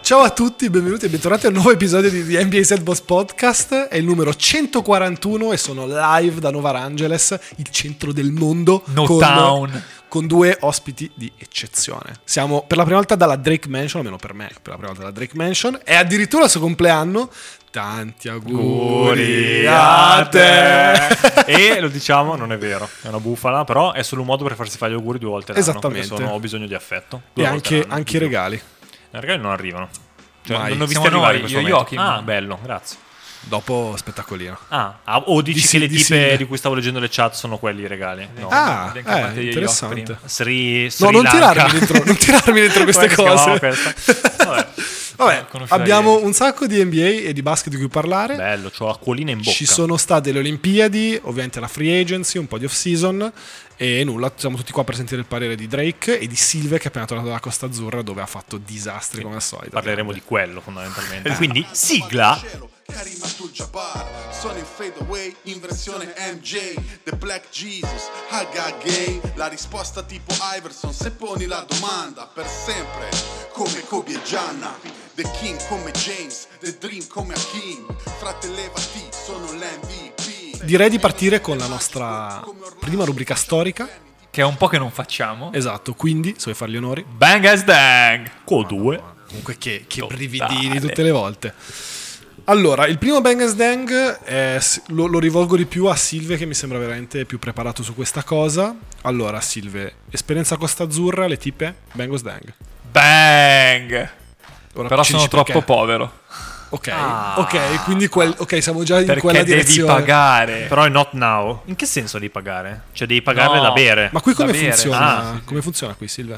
Ciao a tutti, benvenuti e bentornati a un nuovo episodio di NBA Set Boss Podcast. È il numero 141 e sono live da Nova Angeles, il centro del mondo, con due ospiti di eccezione. Siamo per la prima volta dalla Drake Mansion, almeno per me, per la prima volta dalla Drake Mansion. È addirittura il suo compleanno. Tanti auguri a te. E lo diciamo, non è vero, è una bufala, però è solo un modo per farsi fare gli auguri 2 volte l'anno. Esattamente. Ho bisogno di affetto. E anche i regali. I regali non arrivano. Cioè, Mai. non ho visto Siamo arrivare noi, in questo io momento. Joachim. Ah, bello, grazie. Dopo spettacolino. O dici che le tipe Silve. di cui stavo leggendo le chat sono quelli i regali? No. Interessante. Sri No, non Lanka. tirarmi dentro queste Come si chiamava cose. questa? Vabbè, conoscerei. abbiamo un sacco di NBA e di basket di cui parlare. Bello, c'ho acquolina in bocca. Ci sono state le Olimpiadi, ovviamente la free agency, un po' di off-season e nulla, siamo tutti qua per sentire il parere di Drake e di Silve che è appena tornato dalla Costa Azzurra dove ha fatto disastri come al solito. Parleremo di quello fondamentalmente. Quindi, sigla. Karim Abdul-Jabbar, sono in fade away in versione MJ, The Black Jesus, Haga Gay, la risposta tipo Iverson se poni la domanda, per sempre come Kobe e Gianna, The King come James, The Dream come Hakim, fratellevati, sono l'MVP. Direi di partire con la nostra prima rubrica storica. Che è un po' che non facciamo. Esatto, quindi, se vuoi fare gli onori. Bang as dang. Con 2. Comunque che Totale. brividini tutte le volte. Allora, il primo Bang as Dang lo rivolgo di più a Silve che mi sembra veramente più preparato su questa cosa. Allora, Silve, esperienza Costa Azzurra, le tipe, Bang as Dang. Bang. Ora Però ci sono dici troppo perché. povero. Ok, quindi siamo già in Perché quella devi direzione. pagare. Però è not now. In che senso devi pagare? Cioè devi pagarle No. da bere. Ma qui come Da bere. funziona? Ah. Come funziona qui, Silve?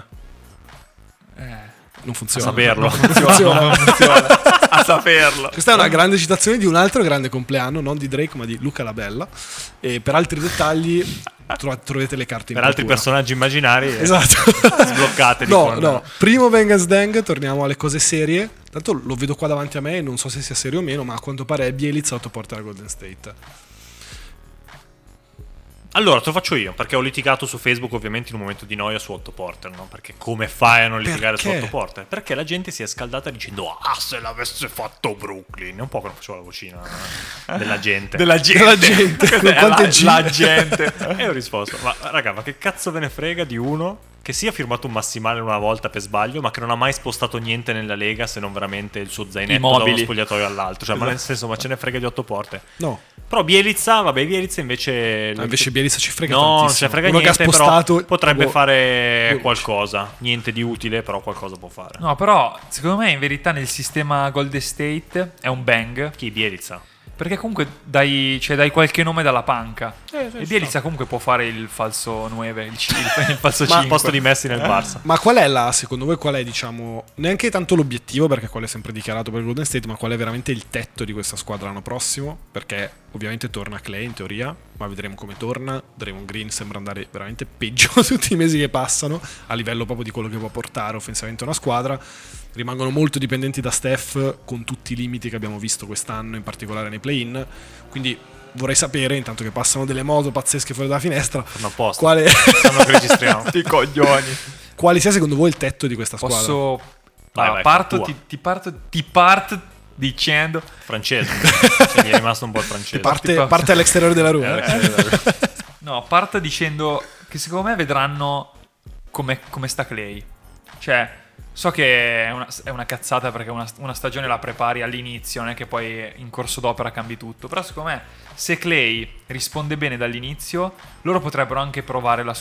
Non A funziona. saperlo. Non funziona. A saperlo. Questa è una grande citazione di un altro grande compleanno, non di Drake ma di Luca Labella. E per altri dettagli troverete le carte in Per altri procura. personaggi immaginari Esatto. sbloccateli No, con- no. Primo Bang as Dang, torniamo alle cose serie. Tanto lo vedo qua davanti a me e non so se sia serio o meno, ma a quanto pare è Bielitsa autoporta la Golden State. Allora, te lo faccio io, perché ho litigato su Facebook ovviamente in un momento di noia su Otto Porter, no? Perché come fai a non litigare su Perché? Otto Porter? Perché la gente si è scaldata dicendo se l'avesse fatto Brooklyn. È un po' che non facevo la vocina della gente. Della gente. Della gente, con quante G? La gente. E ho risposto, ma raga, ma che cazzo ve ne frega di uno che sia firmato un massimale una volta per sbaglio, ma che non ha mai spostato niente nella Lega se non veramente il suo I zainetto da uno mobili. spogliatoio all'altro. Cioè, ma nel senso, ma ce ne frega di Otto Porter. No, Però Bielitsa invece... invece Bielitsa ci frega No, non tantissimo. ce ne frega Uno niente, che ha spostato però potrebbe boh, fare qualcosa. Niente di utile, però qualcosa può fare. No, però secondo me in verità nel sistema Golden State è un bang. Chi? Bielitsa? Perché comunque dai qualche nome dalla panca. E Bielitsa comunque può fare il falso 9, il falso Ma 5. al posto di Messi nel Barça. Ma qual è secondo voi qual è, diciamo, neanche tanto l'obiettivo, perché quello è sempre dichiarato per il Golden State, ma qual è veramente il tetto di questa squadra l'anno prossimo? Perché ovviamente torna Clay in teoria, ma vedremo come torna. Draymond Green sembra andare veramente peggio tutti i mesi che passano, a livello proprio di quello che può portare offensivamente una squadra. Rimangono molto dipendenti da Steph, con tutti i limiti che abbiamo visto quest'anno, in particolare nei play-in. Quindi vorrei sapere, intanto che passano delle moto pazzesche fuori dalla finestra, Torna a posto. quale, Sanno che registriamo. Sti coglioni. quale sia secondo voi il tetto di questa squadra? Posso... Vai, Allora, vai, parto, tua. ti parto dicendo... Francese. Cioè, gli è rimasto un po' il francese. Parte all'esteriore della rua. No, parto dicendo che secondo me vedranno come sta Clay. Cioè, so che è una cazzata perché una stagione la prepari all'inizio, non è che poi in corso d'opera cambi tutto. Però secondo me, se Clay risponde bene dall'inizio, loro potrebbero anche provare la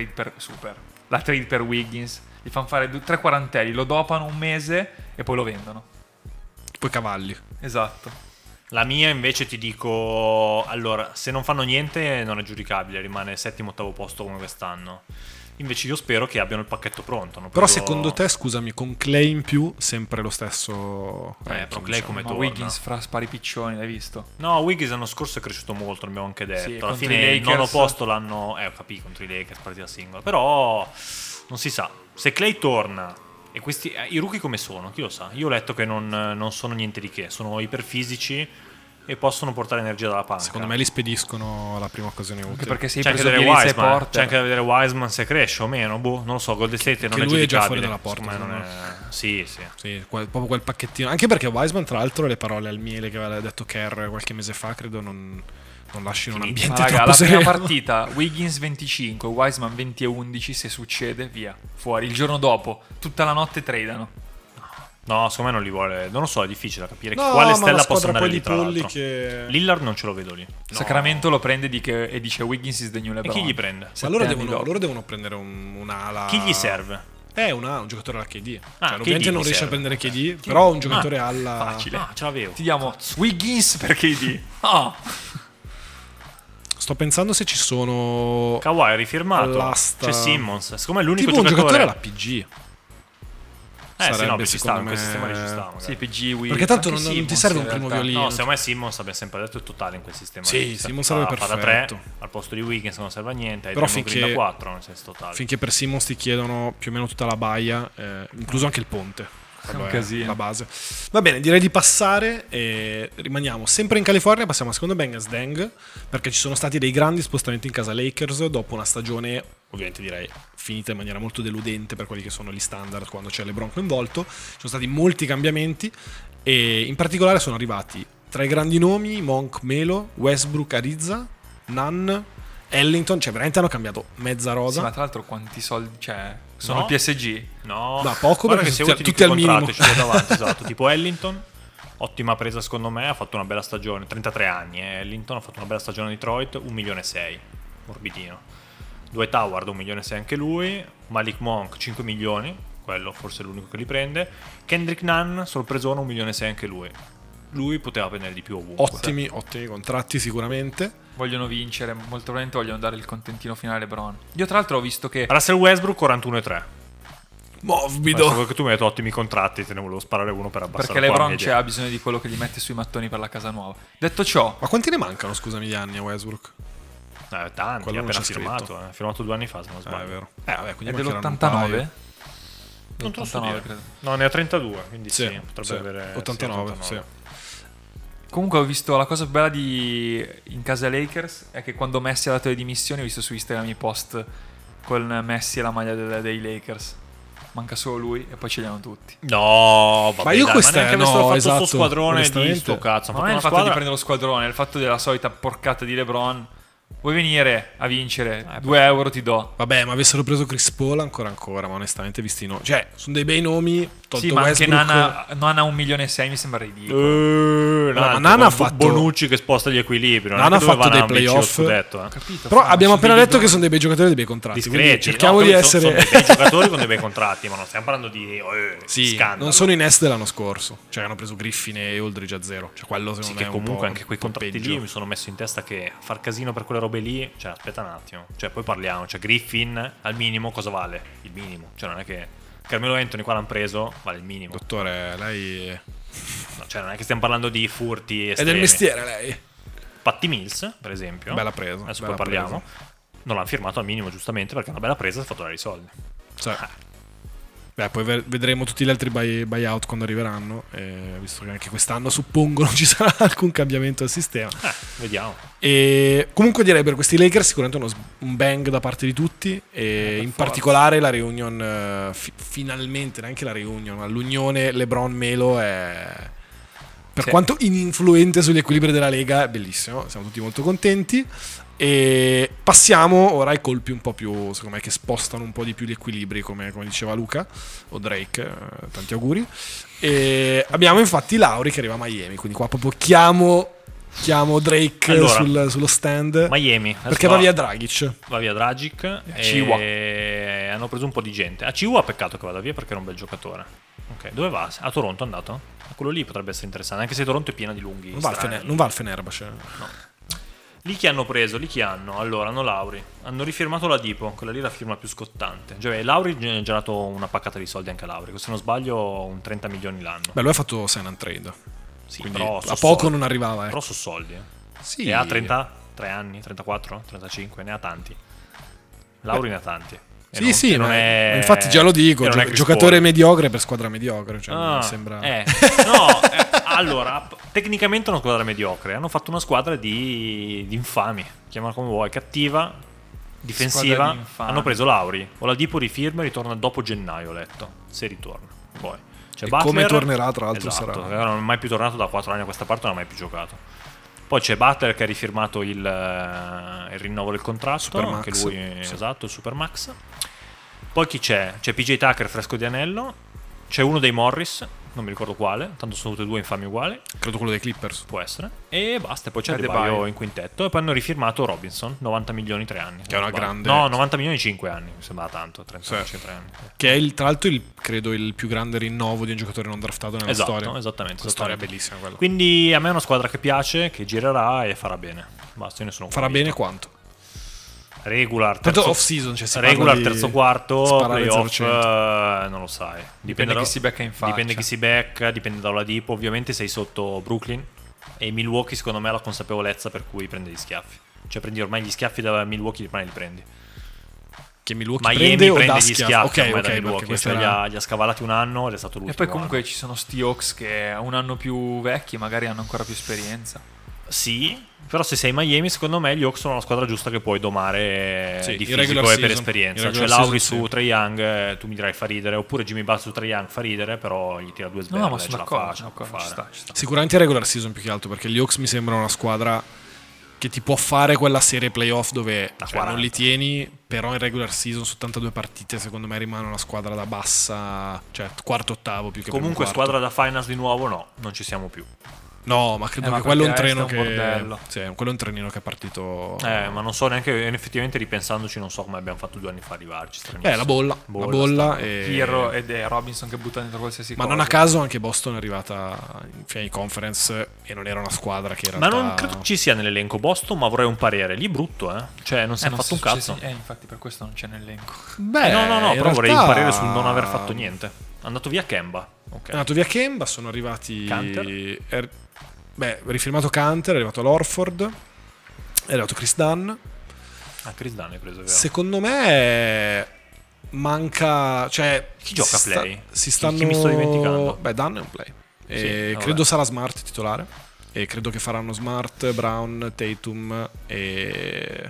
la trade per Wiggins. Gli fanno fare 3 quarantelli, lo dopano un mese e poi lo vendono. Poi cavalli. Esatto. La mia invece ti dico, allora, se non fanno niente non è giudicabile, rimane 7º-8º posto come quest'anno. Invece io spero che abbiano il pacchetto pronto. No? Però secondo te, scusami, con Clay in più sempre lo stesso ranking, però Clay diciamo. come Ma torna? Wiggins fra spari piccioni, l'hai visto? No, Wiggins l'anno scorso è cresciuto molto, l'abbiamo anche detto. Sì, Alla contro fine i il nono Lakers. posto l'hanno... ho capito, contro i Lakers, partita singola. Però non si sa. Se Clay torna e questi... i rookie come sono? Chi lo sa? Io ho letto che non sono niente di che. Sono iperfisici, e possono portare energia dalla panca. Secondo me li spediscono alla prima occasione Anche utile. perché se hai C'è anche preso da vedere Bielitsa e Wiseman, Porter, c'è anche da vedere Wiseman se cresce o meno, boh, non lo so, Golden State non è lui è già giudicabile. fuori dalla porta, Secondo me non secondo è... Sì. Sì, proprio quel pacchettino. Anche perché Wiseman, tra l'altro, le parole al miele che aveva detto Kerr qualche mese fa, credo non lasciano un ma ambiente raga, troppo la prima sereno. partita Wiggins 25, Wiseman 20 e 11, se succede via, fuori. Il giorno dopo, tutta la notte tradano. No, secondo me non li vuole. Non lo so, è difficile da capire No, quale ma stella la possa squadra andare poi lì di tra polli l'altro. che... Lillard non ce lo vedo lì. No. Sacramento lo prende e dice Wiggins is the new E LeBron. chi gli prende? Ma loro 7 anni dopo. devono prendere un'ala. Chi gli serve? Un giocatore alla KD. Ah, Cioè, ovviamente KD non gli riesce a serve. prendere KD, però un giocatore alla... Facile. Ah, ce l'avevo. Ti diamo Wiggins per KD. Oh. Sto pensando se ci sono... Kawhi è rifirmato. All'asta. C'è Simmons. Secondo me è l'unico tipo un giocatore alla giocatore. PG. Sì, no, sarebbe, ci sta, secondo in quel me- sistema lì ci sta. Magari. Sì, PG, Wiggins. Perché tanto Anche non ti Simmons, serve un in primo realtà. violino. No, secondo me Simmons abbiamo sempre detto è totale in quel sistema. Sì, lì. Simmons fa, sarebbe fa da perfetto. 3 al posto di Wiggins non serve a niente. Hai Però Draymond Green da 4, nel senso totale. Finché per Simmons ti chiedono più o meno tutta la baia, incluso anche il ponte. Quello un è casino. la base. Va bene, direi di passare e rimaniamo sempre in California, passiamo al secondo Bengals Deng, perché ci sono stati dei grandi spostamenti in casa Lakers dopo una stagione, ovviamente direi, finita in maniera molto deludente per quelli che sono gli standard quando c'è LeBron coinvolto. Ci sono stati molti cambiamenti e in particolare sono arrivati tra i grandi nomi Monk, Melo, Westbrook, Ariza, Nunn, Ellington, cioè veramente hanno cambiato mezza Sì, rosa. ma tra l'altro quanti soldi, cioè, sono No. il PSG. No, No, poco, guarda perché che se tutti- utili tutti più al contratti, minimo. ci vedo davanti, esatto. Tipo Ellington, ottima presa secondo me, ha fatto una bella stagione, 33 anni. Ellington ha fatto una bella stagione a Detroit, 1,6 milioni, morbidino. Dwight Howard 1,6 milioni anche lui, Malik Monk 5 milioni, quello forse è l'unico che li prende. Kendrick Nunn, sorpresone, 1,6 milioni anche lui. Lui poteva prendere di più ovunque. Ottimi contratti sicuramente. Vogliono vincere, molto probabilmente vogliono dare il contentino finale a LeBron. Io tra l'altro ho visto che Russell Westbrook 41,3. Morbido. Adesso che tu mi hai detto ottimi contratti, te ne volevo sparare uno per abbassare perché un po' la LeBron media. ha bisogno di quello che gli mette sui mattoni per la casa nuova. Detto ciò, Ma quanti ne mancano, scusami, di anni a Westbrook? Tanti, Quello ha non appena c'è firmato. scritto. Ha firmato 2 anni fa, se non È sbaglio. vero. Vabbè, è quindi mancheranno un dell'89? paio. Non te lo so 89, dire. credo. No, ne ha 32, quindi sì, Sì, potrebbe sì, avere... 89, sì. Comunque ho visto la cosa più bella in casa Lakers è che quando Messi ha dato le dimissioni ho visto su Instagram i post con Messi e la maglia dei Lakers. Manca solo lui e poi ce li hanno tutti. No, vabbè, Ma io dai, questa- neanche avessero no, fatto esatto, sto squadrone di onestamente. sto cazzo. Ma Hanno non è il fatto fatto una di squadra... prendere lo squadrone, è il fatto della solita porcata di LeBron. Vuoi venire a vincere? 2 euro ti do. Vabbè, ma avessero preso Chris Paul ancora, ma onestamente visti no. Cioè, sono dei bei nomi, tolto Sì, ma anche Westbrook. Nana 1,6 milioni mi sembra ridicolo. ma Nana ha fatto- Bonucci che sposta gli equilibri. Non Nana è che ha fatto doveva dei andare a vincere lo playoff. scudetto, Capito? Però Fa, abbiamo sono appena dei detto che bidoni. sono dei bei giocatori e dei bei contratti. quindi discreti. cerchiamo No, di quelli essere... sono dei bei giocatori con dei bei contratti, ma non stiamo parlando di Sì, scandalo. non sono i Nets dell'anno scorso. Cioè, hanno preso Griffin e Aldridge a zero. Cioè, quello secondo Sì, me che è un po' comunque anche quei un po' contratti peggio. lì mi sono messo in testa che far casino per quelle robe lì, cioè aspetta un attimo, cioè poi parliamo, cioè Griffin al minimo cosa vale? Il minimo, cioè non è che Carmelo Anthony qua l'hanno preso, vale il minimo. Dottore, lei No, cioè non è che stiamo parlando di furti è estremi. del mestiere, lei. Patty Mills, per esempio. Bella presa, Adesso bella poi parliamo. Non l'hanno firmato al minimo giustamente perché è una bella presa e ha fatto dare i soldi. Cioè, beh, poi vedremo tutti gli altri buyout quando arriveranno, visto che anche quest'anno suppongo non ci sarà alcun cambiamento del sistema. Vediamo. E comunque direi per questi Lakers sicuramente un bang da parte di tutti e in forza. particolare la reunion, finalmente, neanche la reunion, ma l'unione LeBron-Melo è... Per Sì. quanto ininfluente sugli equilibri della Lega, è bellissimo, siamo tutti molto contenti. E passiamo ora ai colpi un po' più, secondo me, che spostano un po' di più gli equilibri, come diceva Luca o Drake, tanti auguri. E abbiamo infatti Lauri che arriva a Miami, quindi qua proprio chiamo Drake Allora, sullo stand. Miami. Perché va via Dragic. Va via Dragic Chihuahua. e hanno preso un po' di gente. A Chihuahua peccato che vada via perché era un bel giocatore. Ok, dove va? A Toronto è andato? A quello lì potrebbe essere interessante, anche se Toronto è piena di lunghi. Non va strani. al Fenerbahce. Lì chi hanno preso? Lì chi hanno? Allora, hanno Lauri. Hanno rifirmato la Dipo, quella lì è la firma più scottante. Cioè, Lauri ha già dato una paccata di soldi anche a Lauri. Se non sbaglio, un 30 milioni l'anno. Beh, lui ha fatto sign and trade. Sì, Quindi però a so poco soldi. non arrivava. Però so soldi. Sì. E ha 33 anni, 34, 35, ne ha tanti. Lauri ne ha tanti. E Sì, e ma è- infatti già lo dico, e non è Chris giocatore Paul. mediocre per squadra mediocre, cioè Ah, mi sembra... No, allora, tecnicamente è una squadra mediocre. Hanno fatto una squadra di infami, chiamala come vuoi, cattiva, difensiva. Squadra di infami. Hanno preso Lauri. Oladipo rifirma e ritorna dopo gennaio, ho letto. Se ritorna. Poi c'è E Butler, come tornerà, tra l'altro, esatto, sarà... non è mai più tornato da 4 anni a questa parte, non ha mai più giocato. Poi c'è Butler che ha rifirmato il rinnovo del contratto, Supermax. anche lui, esatto, il Supermax. Poi chi c'è? C'è PJ Tucker fresco di anello, c'è uno dei Morris, non mi ricordo quale, tanto sono tutti e due infami uguali, Credo quello dei Clippers. può essere, e basta. Poi c'è Adebayo Adebayo in quintetto, e poi hanno rifirmato Robinson, 90 milioni 3 anni. Che è una grande- No, 90 milioni 5 anni, mi sembra tanto, 30 Sì. 3 anni. Che è tra l'altro credo il più grande rinnovo di un giocatore non draftato nella Esatto, storia. esattamente. Questa storia è esattamente. bellissima quella. Quindi a me è una squadra che piace, che girerà e farà bene. Basta, io ne sono Farà convinto. bene quanto? Regular, Tanto terzo, off season, cioè si regular parla di terzo quarto, sparare playoff, 0-100. non lo sai. Dipende chi si becca in faccia. Dipende chi si becca, dipende da Oladipo. Ovviamente sei sotto Brooklyn e Milwaukee secondo me ha la consapevolezza per cui prende gli schiaffi. Cioè prendi ormai gli schiaffi da Milwaukee, li prendi. Che Milwaukee Miami prende o prende dà gli schiaffi? schiaffi Ok, ormai da perché Milwaukee, questa cioè era... gli ha scavalati un anno ed è stato l'ultimo. E poi comunque anno. ci sono sti Hawks che un anno più vecchi magari hanno ancora più esperienza. Sì, però se sei Miami, secondo me gli Hawks sono la squadra giusta che puoi domare Sì, di in regular fisico e per season. esperienza. In Cioè regular Lauri season, su sì. Trae Young, tu mi dirai fa ridere, oppure Jimmy Butler su Trae Young fa ridere, però gli tira due sberle, No, ma ce sono la d'accordo, fa, ce sono la può d'accordo, ci fare. sta, ci sta. Sicuramente regular season più che altro, perché gli Hawks mi sembrano una squadra che ti può fare quella serie playoff dove Da cioè, non 40. li tieni, però in regular season su 82 partite secondo me rimane una squadra da bassa, cioè quarto ottavo più che Comunque primo quarto. squadra da finals di nuovo no, non ci siamo più. No, ma credo ma che quello è un perché treno è un che bordello. sì, quello è un trenino che è partito. Ma non so neanche, effettivamente ripensandoci non so come abbiamo fatto 2 anni fa a arrivarci. stranissimo. La bolla Bolla, e Pirro ed è Robinson che butta dentro qualsiasi ma cosa. non a caso anche Boston è arrivata in finale di conference e non era una squadra che in Ma realtà non credo ci sia nell'elenco Boston, ma vorrei un parere. Lì brutto, cioè non si è non fatto un so se cazzo. ci- infatti per questo non c'è nell'elenco. Beh, No, in però vorrei un realtà parere sul non aver fatto niente. È andato via Kemba. Ok. È andato via Kemba, sono arrivati Kanter? rifirmato Kanter, è arrivato l'Orford, è arrivato Chris Dunn. Ah, Chris Dunn hai preso, vero? Secondo me manca, cioè Chi gioca play? Si stanno Chi mi sto dimenticando? Beh, Dunn è un play. E Sì, vabbè. credo sarà Smart titolare e credo che faranno Smart, Brown, Tatum e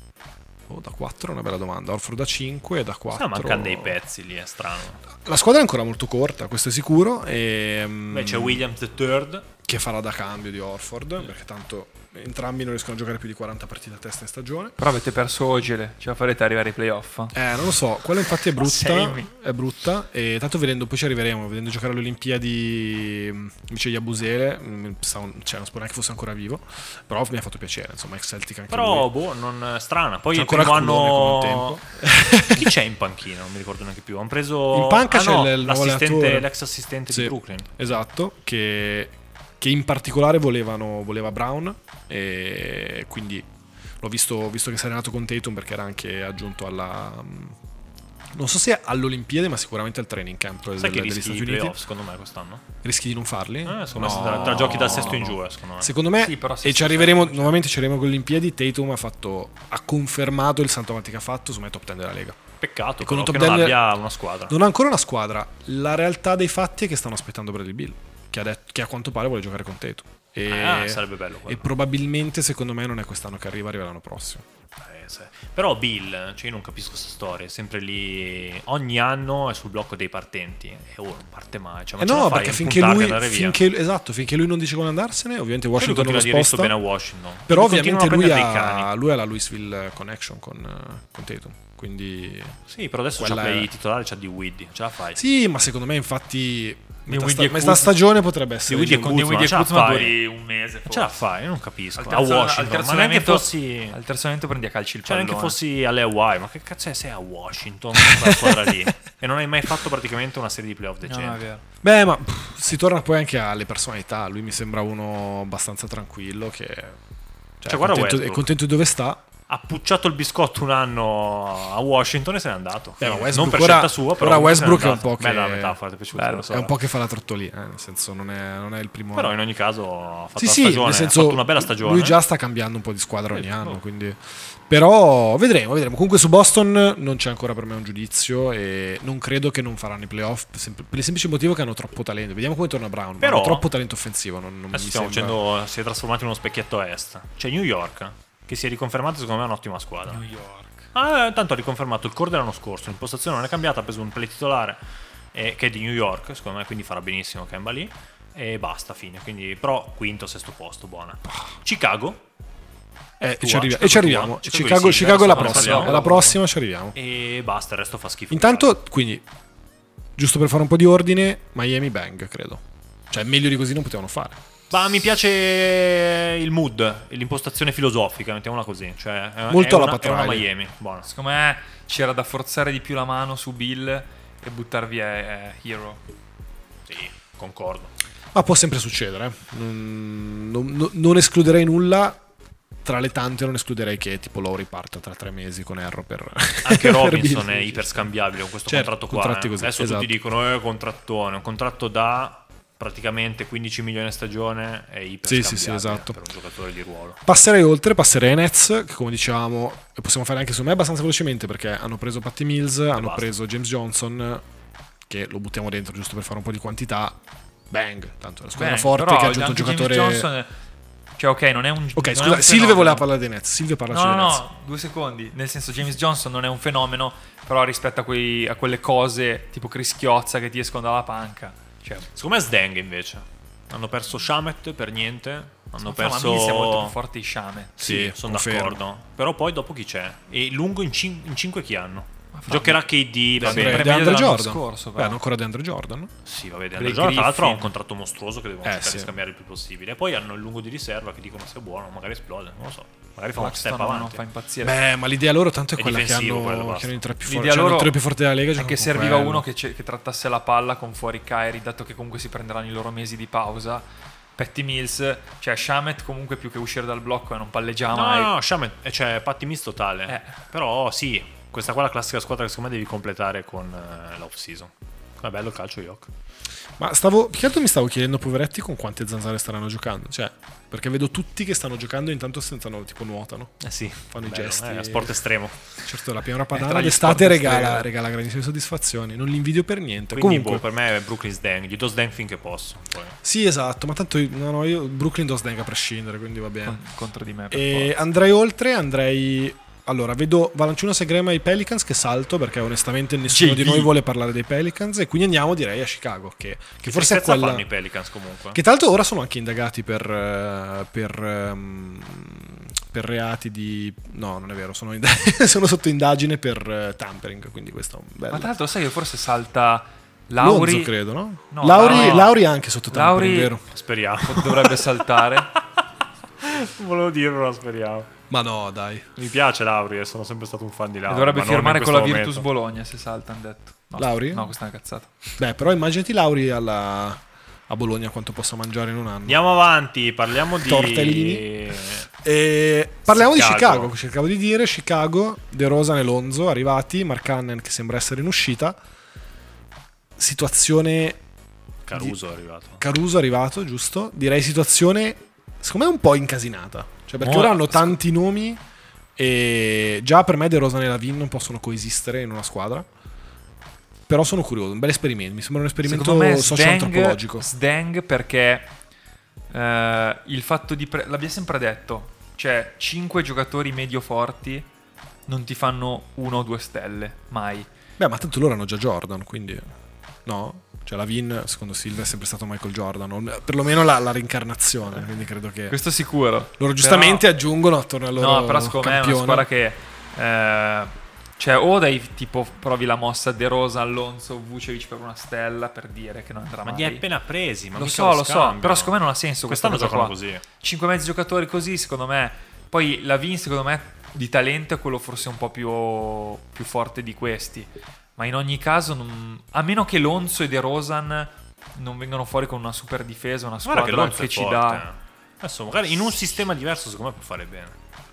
da 4 è una bella domanda. Orford da 5 e da 4. Mancano dei pezzi lì, è strano. La squadra è ancora molto corta, questo è sicuro. E, Beh, c'è Williams III. che farà da cambio di Orford, perché tanto entrambi non riescono a giocare più di 40 partite a testa in stagione. Però avete perso Ogile, ce la farete arrivare ai playoff? Non lo so, quella infatti è brutta. Semi. È brutta. E tanto vedendo, poi ci arriveremo. Vedendo giocare alle Olimpiadi invece di Abusele, non spero neanche fosse ancora vivo. Però mi ha fatto piacere, insomma, ex Celtic anche Però, lui. non strana. Poi C'è il ancora primo il culone anno. come un tempo. Chi c'è in panchina? Non mi ricordo neanche più. Hanno preso. In panca c'è il nuovo l'assistente, allenatore. l'ex assistente Sì, di Brooklyn. esatto, che in particolare voleva Brown e quindi l'ho visto che si è allenato con Tatum perché era anche aggiunto alla non so se all'Olimpiade ma sicuramente al training camp Sai che degli rischi Stati i Uniti. playoff secondo me quest'anno? Rischi di non farli? Secondo me se te la giochi dal sesto in giù, secondo me. Secondo me, Sì, però se e ci si arriveremo sa- nuovamente, ci arriveremo con le Olimpiadi. Tatum ha confermato il salto avanti che ha fatto, secondo me top 10 della Lega. Peccato con però un top che non 10 abbia una squadra. Non ha ancora una squadra. La realtà dei fatti è che stanno aspettando Bradley Beal, che a quanto pare vuole giocare con Tatum. Sarebbe bello E quello. probabilmente, secondo me, non è quest'anno che arriva l'anno prossimo. Sì. Però Bill, cioè io non capisco questa storia, è sempre lì ogni anno è sul blocco dei partenti e non parte mai. Cioè, ma ce la No, fai perché a finché puntarli lui, ad andare via? finché lui non dice come andarsene, ovviamente Lui Washington non continua lo a dire sto sposta. bene a Washington. Però Lui continua ovviamente a prendere dei cani. lui ha la Louisville connection con Tatum. Quindi Sì, però adesso c'ha quella play è- titolare, c'ha di Widdy, ce la fai. sì, ma secondo me infatti Widdy e metà Kuzma. stagione potrebbe essere Widdy e giusto. Kuzma. Con Willy e ce la Kuzma fai. duri un mese Ce la forse. fai, io non capisco. Al A terzo- Washington, al terzo ma neanche allenamento- fossi... Al terzo momento prendi a calci il Cioè, pallone. neanche fossi alle Hawaii, ma che cazzo è? Sei a Washington, quella squadra lì. E non hai mai fatto praticamente una serie di playoff No, decenti. no, è vero. Beh, ma si torna poi anche alle personalità. Lui mi sembra uno abbastanza tranquillo che Cioè, guarda è Westbrook. contento di dove sta. ha pucciato il biscotto un anno a Washington e se n'è andato. Ma non Westbrook per ora- scelta sua, però ora comunque se n'è Westbrook è un andato. po' che- Bella metafora, ti è piaciuta? Lo so. È un po' che fa la trottolina, nel senso non è il primo Però anno. in ogni caso ha fatto Sì, la sì, stagione, nel senso ha fatto una bella stagione. lui già sta cambiando un po' di squadra ogni anno, quindi però vedremo. Comunque su Boston non c'è ancora per me un giudizio e non credo che non faranno i playoff per il semplice motivo che hanno troppo talento. Vediamo come torna Brown, ma Però- hanno troppo talento offensivo, non Adesso mi stiamo sembra. facendo, si è trasformato in uno specchietto a est. C'è New York, che si è riconfermato secondo me è un'ottima squadra. New York. Tanto ha riconfermato il core dell'anno scorso, l'impostazione non è cambiata, ha preso un play titolare che è di New York, secondo me, quindi farà benissimo Kemba lì. E basta, fine. Quindi, però quinto, sesto posto, buona. Chicago. Ci arriviamo. Chicago è la prossima. È la prossima, ci arriviamo. E basta, il resto fa schifo. Intanto, quindi, giusto per fare un po' di ordine, Miami Bang, credo. Cioè, meglio di così non potevano fare. Ma mi piace il mood, l'impostazione filosofica, mettiamola così. Cioè, Molto alla è una Pat Riley. Miami. Buona. Secondo me c'era da forzare di più la mano su Bill e buttar via Hero. Sì, concordo. Ma può sempre succedere. Non escluderei nulla. Tra le tante non escluderei che tipo Lowry parta tra 3 mesi con Arrow per Anche per Robinson Bill. è iperscambiabile con questo Certo, contratto qua. contratti così, Adesso esatto. tutti dicono contrattone, un contratto da praticamente 15 milioni a stagione è iperscambiabile sì, esatto. per un giocatore di ruolo. Passerei oltre, passerei ai Nets, che come dicevamo, e possiamo fare anche su me abbastanza velocemente perché hanno preso Patty Mills, hanno basta. preso James Johnson, che lo buttiamo dentro giusto per fare un po' di quantità. Bang, tanto è una squadra Beh, forte però che ha aggiunto un anche giocatore. James Johnson, cioè, ok, non è un. Ok, non è scusa, un Silvio fenomeno. voleva parlare dei Nets. Silvio parlaci No, dei Nets. no, 2 secondi. Nel senso, James Johnson non è un fenomeno, però rispetto a quelle cose tipo Chris Chiozza che ti escono dalla panca. Cioè, Secondo me Sdeng invece. Hanno perso Shamet per niente. Hanno ma perso. Mills è molto più forte di Shame. Sì, sono confermo. d'accordo. Però poi dopo chi c'è? E lungo in 5 chi hanno? Giocherà KD, va Sempre bene. meglio DeAndre dell'anno Jordan. scorso, Beh, però. hanno ancora DeAndre Jordan. No? Sì, va bene. Blake Tra l'altro ha Griffin. un contratto mostruoso che devono cercare sì. di scambiare il più possibile. E poi hanno il lungo di riserva che dicono se è buono, magari esplode, non lo so. Magari fa uno step Claxton non avanti. fa impazzire. Beh, ma l'idea loro tanto è È quella che difensivo quello, hanno, basta. che hanno i tre più forti. L'idea Cioè, loro i tre più forti della Lega. è giocano che con serviva quello. uno che trattasse la palla con fuori Kyrie, dato che comunque si prenderanno i loro mesi di pausa. Patty Mills, cioè Shamet comunque più che uscire dal blocco e non palleggiava mai. No, Shamet, cioè Patty Mills totale. Però sì, questa qua è la classica squadra che secondo me devi completare con l'off season. È bello il calcio, Yok. Ma più che altro mi stavo chiedendo, poveretti, con quante zanzare staranno giocando. Cioè, perché vedo tutti che stanno giocando e intanto sentono, tipo nuotano. Sì, Fanno i bello, gesti. è sport estremo. Certo, la pianura padana tra gli d'estate sport regala estremi. grandissime soddisfazioni. Non li invidio per niente. Quindi Comunque, per me è Brooklyn Sdeng. Gli do Sdeng finché posso. Poi. sì, esatto. Ma tanto io Brooklyn do Sdeng a prescindere, quindi va bene. Contro di me per E forza. andrei oltre, allora, vedo Valanciunas e Graham ai Pelicans che salto perché onestamente nessuno di JV. noi vuole parlare dei Pelicans e quindi andiamo direi a Chicago che forse è Tristezza quella fanno i Pelicans comunque. che tra l'altro ora sono anche indagati per reati di no, non è vero, sono sotto indagine per tampering, quindi questo è un bello. Ma tra l'altro sai che forse salta Lauri. Lonzo, credo, no? No, Lauri è anche sotto tampering, Lauri- vero? Speriamo. Dovrebbe saltare. Volevo dirlo, ma speriamo. Ma no, dai. Mi piace Lauri e sono sempre stato un fan di E Lauri. dovrebbe ma non firmare in con la questo Virtus momento. Bologna se salta, hanno detto. No, Lauri? No, questa è una cazzata. Beh, però immaginati Lauri a Bologna quanto possa mangiare in un anno. Andiamo avanti, parliamo di Tortellini. E parliamo di Chicago. Chicago, cercavo di dire Chicago, DeRozan e Lonzo arrivati, Mark Cannon che sembra essere in uscita. Situazione Caruso è arrivato. Caruso è arrivato, giusto? Direi situazione secondo me un po' incasinata. Cioè perché Mo- ora hanno tanti nomi e già per me DeRozan e Lavin non possono coesistere in una squadra. Però sono curioso, un bel esperimento, mi sembra un esperimento Secondo me socio-antropologico. Sdeng perché il fatto di l'abbiamo sempre detto, cioè 5 giocatori medio forti non ti fanno 1 o 2 stelle, mai. Beh, ma tanto loro hanno già Jordan, quindi no? Cioè Lavin, secondo Silva, è sempre stato Michael Jordan, o perlomeno la reincarnazione, quindi credo che Questo sicuro. loro giustamente aggiungono attorno al loro No, però secondo me è una campione. squadra che cioè o dai tipo provi la mossa DeRozan, Alonso, Vucevic per una stella per dire che non andrà Ma mai. li hai appena presi, ma Lo mica so, scambiano. però secondo me non ha senso questa Quest'anno cosa giocano qua. così. 5 mezzi giocatori così, secondo me. Poi Lavin, secondo me, di talento è quello forse un po' più forte di questi. Ma in ogni caso, a meno che Lonzo e DeRozan non vengano fuori con una super difesa, una Guarda squadra che Lonzo che è ci forte. dà. Adesso magari in un sistema diverso secondo me può fare bene.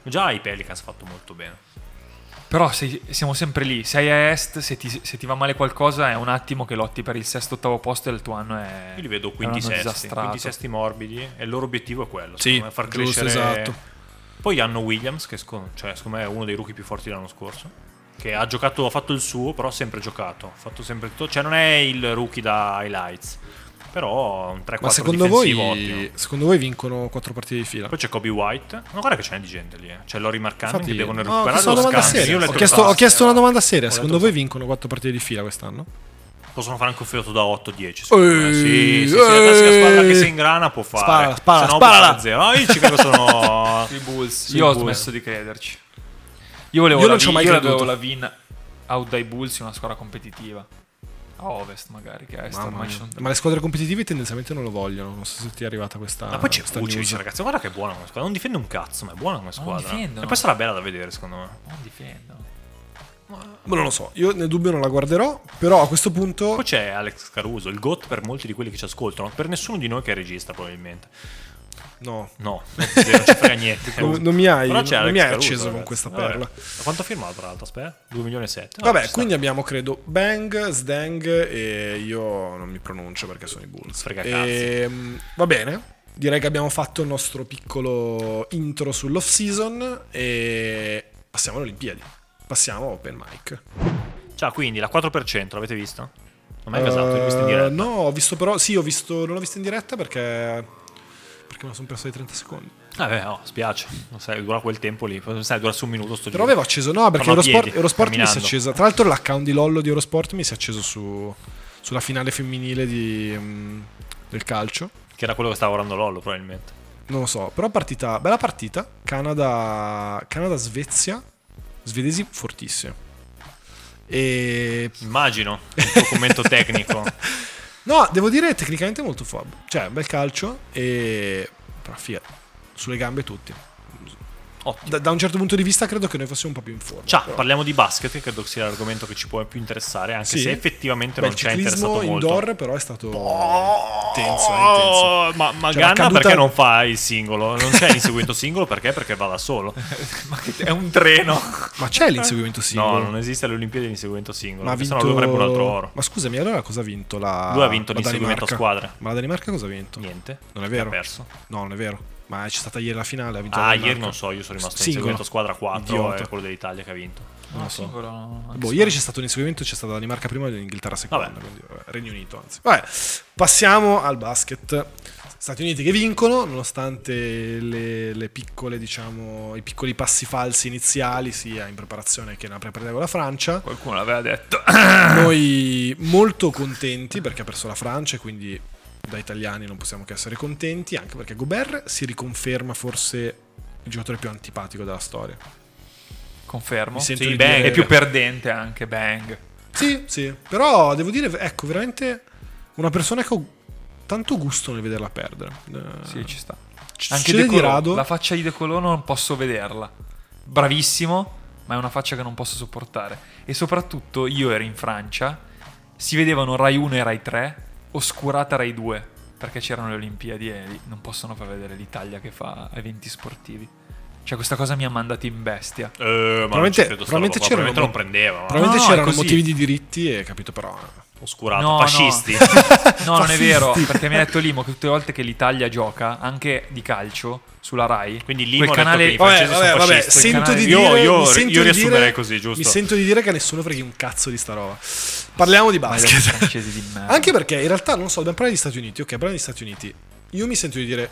Già i Pelicans fatto molto bene. Però siamo sempre lì. Sei a est, se ti va male qualcosa è un attimo che lotti per il sesto, ottavo posto e il tuo anno è... Io li vedo è un anno quinti disastrato. sesti morbidi e il loro obiettivo è quello, Sì, secondo me, far giusto, crescere. esatto. Poi hanno Williams, che secondo me è uno dei rookie più forti dell'anno scorso, che ha fatto il suo, però ha sempre giocato, ha fatto sempre tutto, cioè non è il rookie da highlights, però un 3-4 Ma secondo difensivo ottimo. voi vincono 4 partite di fila? Poi c'è Kobe White, ma guarda che c'è di gente lì, c'è Lori Markkanen che devono no, recuperare questa è lo una domanda scambio. seria. Io ho letto Ho che chiesto, basta. ho chiesto una domanda seria. Ho Secondo letto voi che vincono 4 partite di fila quest'anno? possono fare anche un feudotto da 8-10 secondo me. Sì, la Ehi, classica squadra che si ingrana può fare. Spara, Se no, spara. 0. No, io ci credo sono I Bulls. Sì, Io ho Bulls. smesso di crederci. Io volevo Io la non ci ho mai io creduto. avevo la Vin out dai Bulls in una squadra competitiva. A Ovest magari, che a Est Mamma ormai mia. ci sono... Ma le squadre competitive tendenzialmente non lo vogliono. Non so se ti è arrivata questa. Ma poi c'è questa Vucevic, news. ragazzi, guarda che è buona come squadra. Non difende un cazzo, ma è buona come squadra. difendono. E poi sarà bella da vedere, secondo me. Non difendono. Ma non lo so, io nel dubbio non la guarderò. Però a questo punto. Poi c'è Alex Caruso, il GOAT per molti di quelli che ci ascoltano. Per nessuno di noi che è regista, probabilmente. No. No, non ci frega niente. Non mi hai, Però c'è non Alex mi hai Caruso, acceso con ragazzi. questa Vabbè. perla. Ma quanto ha firmato, tra l'altro? Aspetta, 2 milioni e 7. Vabbè, quindi abbiamo credo Bang, Sdang e io non mi pronuncio perché sono i Bulls. Frega Va bene, direi che abbiamo fatto il nostro piccolo intro sull'off season e passiamo alle Olimpiadi. Passiamo a Open Mic. Ciao, quindi la 4% l'avete visto? Non mai casato, l'ho visto in diretta. No, ho visto però, sì, non l'ho visto in diretta perché me la sono perso di 30 secondi. Vabbè, no, spiace. Non sai, dura quel tempo lì. Sai, dura su un minuto sto Però giro. avevo acceso, no, perché Fanno a piedi, Eurosport mi si è camminando. acceso. Tra l'altro l'account di Lollo di Eurosport mi si è acceso sulla finale femminile del calcio. Che era quello che stava guardando Lollo, probabilmente. Non lo so, però bella partita. Canada-Svezia. Svedesi fortissimi. E Immagino il tuo commento tecnico. no, devo dire tecnicamente molto fob. Cioè, bel calcio e però figa, sulle gambe tutti. Ottimo. Da un certo punto di vista credo che noi fossimo un po' più in forma. Ciao, però. parliamo di basket, che credo sia l'argomento che ci può più interessare, anche Sì. se effettivamente Beh, non il ci ha ciclismo interessato molto. indoor però è stato intenso, Oh, ma Cioè, la Ganna caduta- perché non fa il singolo? Non c'è l'inseguimento singolo perché? Perché va da solo. Ma che è un treno. Ma c'è l'inseguimento singolo? No, non esiste alle Olimpiadi l'inseguimento singolo. Ma ha perché vinto... sennò lui avrebbe un altro oro. Ma scusami, allora cosa ha vinto Lui ha vinto la l'inseguimento a Danimarca? squadre. Ma la Danimarca cosa ha vinto? Niente. Non è vero. Ha perso. No, non è vero. Ma c'è stata ieri la finale, ha vinto la Ah, Danimarca. ieri non so, io sono rimasto Singolo. all'inseguimento squadra 4 Idiota. e quello dell'Italia che ha vinto. Non lo so. Singolo, no. Boh, ieri c'è stato un inseguimento, c'è stata la Danimarca prima e l'Inghilterra seconda, Vabbè. quindi Regno Unito anzi. Vabbè, passiamo al basket. Stati Uniti che vincono, nonostante le piccole, diciamo, i piccoli passi falsi iniziali, sia in preparazione che nella pre-partita con la Francia. Qualcuno l'aveva detto. Noi molto contenti perché ha perso la Francia e quindi da italiani non possiamo che essere contenti, anche perché Gobert si riconferma forse il giocatore più antipatico della storia. Confermo. Mi sento Sì, di Bang. dire- È più perdente anche Bang. Sì, però devo dire, ecco, veramente una persona che ho tanto gusto nel vederla perdere. Sì, ci sta. Ci Anche succede De di Colo, rado. la faccia di De Colo non posso vederla. Bravissimo, ma è una faccia che non posso sopportare. E soprattutto io ero in Francia, si vedevano Rai 1 e Rai 3, oscurata Rai 2, perché c'erano le Olimpiadi e lì non possono far vedere l'Italia che fa eventi sportivi. Cioè questa cosa mi ha mandato in bestia. Ma non Probabilmente- ci credo sta probabilmente roba, c'erano- probabilmente non prendeva. Ma Probabilmente No, è c'erano così. motivi di diritti, capito, però. oscurato, No, fascisti. No, non è vero, perché mi ha detto Limo che tutte le volte che l'Italia gioca, anche di calcio, sulla Rai, Quindi Limo quel ha detto che i francesi sono Vabbè, fascisti. sento di Io- dire, io- mi sento io di riassumerei dire- così, giusto? Mi sento di dire che a nessuno freghi un cazzo di sta roba. Parliamo di ma gli basket. francesi di merda. Anche perché in realtà, non so, dobbiamo parlare degli Stati Uniti. Ok, parliamo degli Stati Uniti. Io mi sento di dire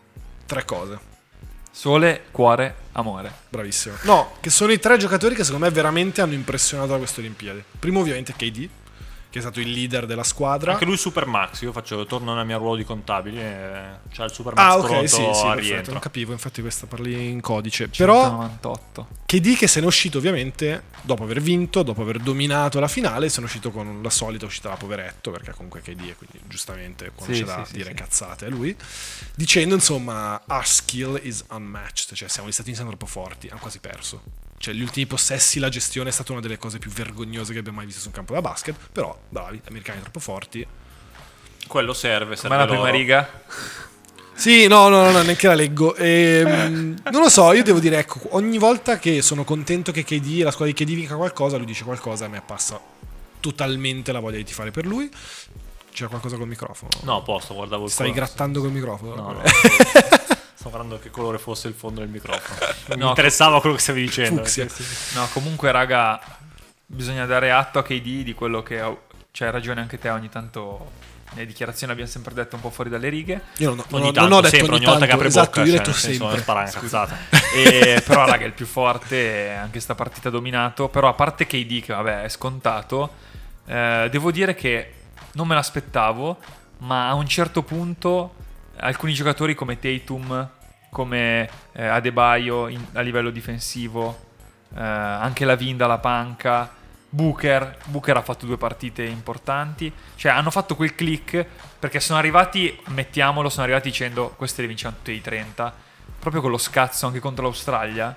3 cose. Sole, cuore, amore. Bravissimo. No, che sono i 3 giocatori che secondo me veramente hanno impressionato da queste Olimpiadi. Primo ovviamente KD, che è stato il leader della squadra. Anche lui super max, io torno nel mio ruolo di contabile, c'ha il super max Ah, ok, pronto sì, a perfetto, rientro. non capivo, infatti questa parli in codice. Però 198. KD che se n'è uscito ovviamente dopo aver vinto, dopo aver dominato la finale, se n'è uscito con la solita uscita da poveretto, perché comunque KD e quindi giustamente quando Sì, c'è da sì, dire sì. cazzate è lui, dicendo insomma our skill is unmatched, cioè siamo gli Stati Uniti siamo troppo forti, hanno quasi perso. Cioè gli ultimi possessi, la gestione è stata una delle cose più vergognose che abbiamo mai visto su un campo da basket, però bravi, gli americani troppo forti. Quello serve Com'è la prima loro. riga? Sì, no, neanche la leggo. Non lo so, io devo dire, ecco, ogni volta che sono contento che KD, la squadra di KD vinca qualcosa, lui dice qualcosa e a me passa totalmente la voglia di tifare per lui. C'è qualcosa col microfono? No, a posto, guardavo il Stai colore. grattando col microfono? No. Sto guardando che colore fosse il fondo del microfono. Mi interessava quello che stavi dicendo. Fucsia. No, comunque, raga, bisogna dare atto a KD di quello che... Cioè, hai ragione anche te, ogni tanto... Nelle dichiarazioni abbiamo sempre detto un po' fuori dalle righe. Io non ho detto sempre, ogni volta che apre esatto, bocca, io ho detto nel senso, sempre. spara una cazzata. Però raga, il più forte, anche sta partita ha dominato. Però a parte KD, che vabbè è scontato, devo dire che non me l'aspettavo, ma a un certo punto alcuni giocatori come Tatum, come Adebayo a livello difensivo, anche Lavin dalla panca, Booker ha fatto 2 partite importanti, cioè hanno fatto quel click perché sono arrivati, mettiamolo, sono arrivati dicendo queste le vinciamo tutte di 30, proprio con lo scazzo anche contro l'Australia.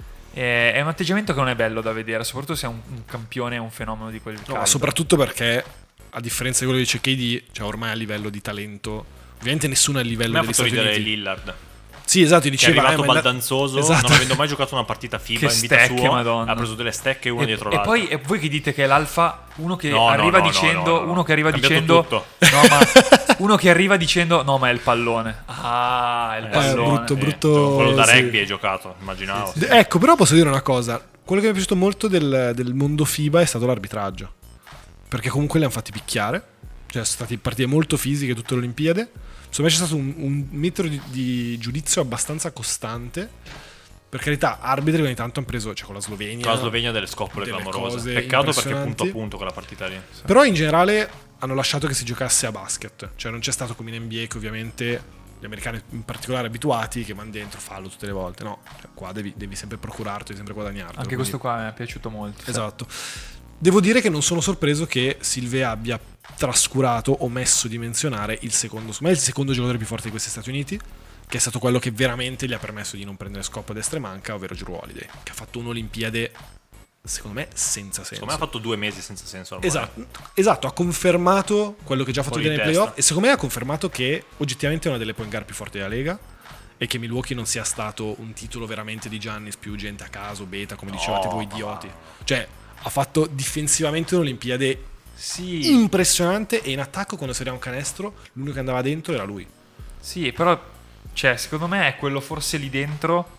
È un atteggiamento che non è bello da vedere, soprattutto se è un campione, un fenomeno di quel calibro. Soprattutto perché, a differenza di quello che dice KD, cioè ormai a livello di talento, ovviamente nessuno è a livello degli Stati Uniti. Lillard. Sì, esatto, Che è diceva arrivato baldanzoso, esatto. non avendo mai giocato una partita FIBA Che in vita stecche, sua, Madonna. ha preso delle stecche una dietro E l'altra. poi e voi che dite che è l'alfa, uno che No, arriva no, dicendo, no. uno che arriva Cambiato dicendo tutto. no, ma uno che arriva dicendo no, ma è il pallone. Ah, è il pallone. brutto, quello da sì. rugby hai giocato, immaginavo. Sì. Ecco, però posso dire una cosa. Quello che mi è piaciuto molto del mondo FIBA è stato l'arbitraggio. Perché comunque li hanno fatti picchiare. Cioè, sono state partite molto fisiche tutte le Olimpiadi. Secondo me c'è stato un metro di giudizio abbastanza costante. Per carità, arbitri ogni tanto hanno preso, cioè con la Slovenia. Con la Slovenia delle scopole delle clamorose. cose Peccato perché impressionanti. punto a punto quella partita lì. Però in generale hanno lasciato che si giocasse a basket. Cioè non c'è stato come in NBA che ovviamente gli americani in particolare abituati che vanno dentro, fallo tutte le volte. No, cioè, qua devi sempre procurarti, devi sempre guadagnarti. Anche questo qua mi è piaciuto molto. Esatto. Devo dire che non sono sorpreso che Silve abbia trascurato o messo di menzionare il secondo giocatore più forte di questi Stati Uniti, che è stato quello che veramente gli ha permesso di non prendere scopo a destra e manca, ovvero Jrue Holiday, che ha fatto un'Olimpiade secondo me senza senso. Secondo me ha fatto 2 mesi senza senso ormai. Esatto, ha confermato quello che già ha fatto Fuori vedere di nei testa. playoff, e secondo me ha confermato che oggettivamente è una delle point guard più forti della Lega e che Milwaukee non sia stato un titolo veramente di Giannis più gente a caso, beta, come dicevate voi idioti. Cioè, ha fatto difensivamente un'Olimpiade Sì, impressionante, e in attacco quando si era un canestro l'unico che andava dentro era lui. sì, però cioè, secondo me è quello forse lì dentro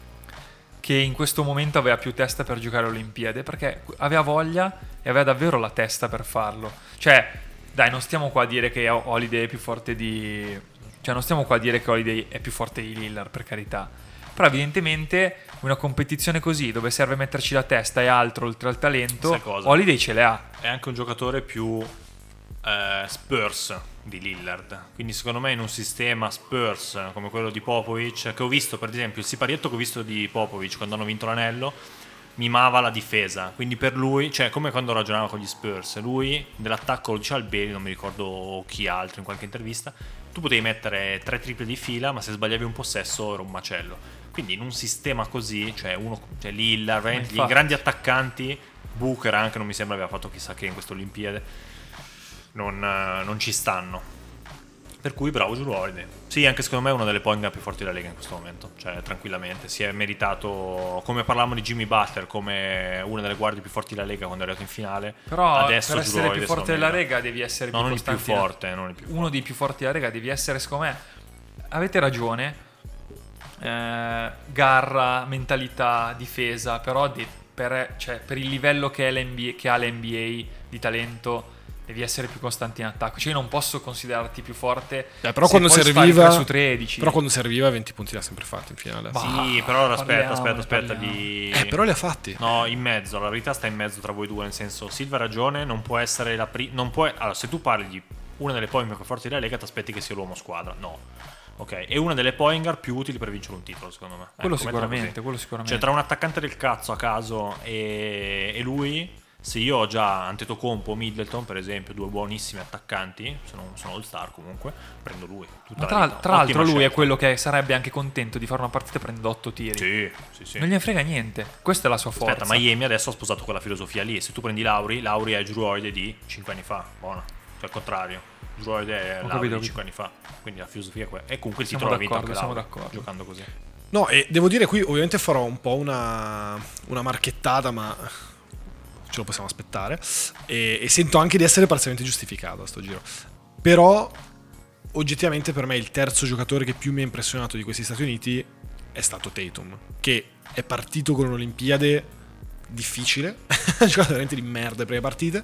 che in questo momento aveva più testa per giocare alle Olimpiadi, perché aveva voglia e aveva davvero la testa per farlo. Cioè, dai, non stiamo qua a dire che Holiday è più forte di... Cioè, non stiamo qua a dire che Holiday è più forte di Lillard, per carità. Però evidentemente una competizione così, dove serve metterci la testa e altro oltre al talento, Sai cosa? Holiday ce le ha. È anche un giocatore più Spurs di Lillard. Quindi secondo me in un sistema Spurs come quello di Popovic, che ho visto per esempio il siparietto che ho visto di Popovic quando hanno vinto l'anello, mimava la difesa. Quindi per lui, cioè come quando ragionava con gli Spurs, lui nell'attacco, lo diceva Alberi, non mi ricordo chi altro in qualche intervista, tu potevi mettere 3 triple di fila, ma se sbagliavi un possesso era un macello. Quindi in un sistema così, cioè Lillard, veramente gli grandi attaccanti, Booker anche non mi sembra aveva fatto chissà che in queste Olimpiadi, non ci stanno. Per cui bravo Jrue Holiday. Sì, anche secondo me è una delle point guard più forti della Lega in questo momento. Cioè tranquillamente si è meritato, come parlavamo di Jimmy Butler, come una delle guardie più forti della Lega quando è arrivato in finale. Però adesso per Jrue essere più Holiday, forte secondo della me, Lega devi essere no, più non il più costante. forte, non il più Uno forte. dei più forti della Lega devi essere, secondo me. Avete ragione. Garra, mentalità, difesa, però per il livello che ha l'NBA di talento devi essere più costante in attacco. Cioè io non posso considerarti più forte Però se quando poi serviva, spari 3 su 13. però quando serviva 20 punti li ha sempre fatti in finale. Sì, però aspetta parliamo. di... Però li ha fatti. No, in mezzo, la verità sta in mezzo tra voi due, nel senso Silva ha ragione, non può essere non può... Allora, se tu parli di una delle point più forti della Lega, ti aspetti che sia l'uomo squadra. No. Ok, è una delle point guard più utili per vincere un titolo, secondo me. Quello mettila sicuramente, così. quello Cioè, tra un attaccante del cazzo a caso e lui, se io ho già Antetokounmpo o Middleton, per esempio, 2 buonissimi attaccanti, sono all-star comunque, prendo lui. Ma tra l'altro lui è quello che sarebbe anche contento di fare una partita prendendo 8 tiri. Sì. Non gliene frega niente. Questa è la sua forza. Aspetta, Miami adesso ha sposato quella filosofia lì. Se tu prendi Lauri è Jrue Holiday di 5 anni fa. Buona. Cioè, al contrario, Jrue Holiday è laurea di 5 anni fa, quindi la filosofia è quella. E comunque il Siamo titolo l'ha vinto anche d'accordo, Lowry, siamo d'accordo. giocando così. No, e devo dire qui ovviamente farò un po' una marchettata, ma ce lo possiamo aspettare. E sento anche di essere parzialmente giustificato a sto giro. Però, oggettivamente per me il terzo giocatore che più mi ha impressionato di questi Stati Uniti è stato Tatum, che è partito con un'Olimpiade difficile, ha giocato veramente di merda le prime partite,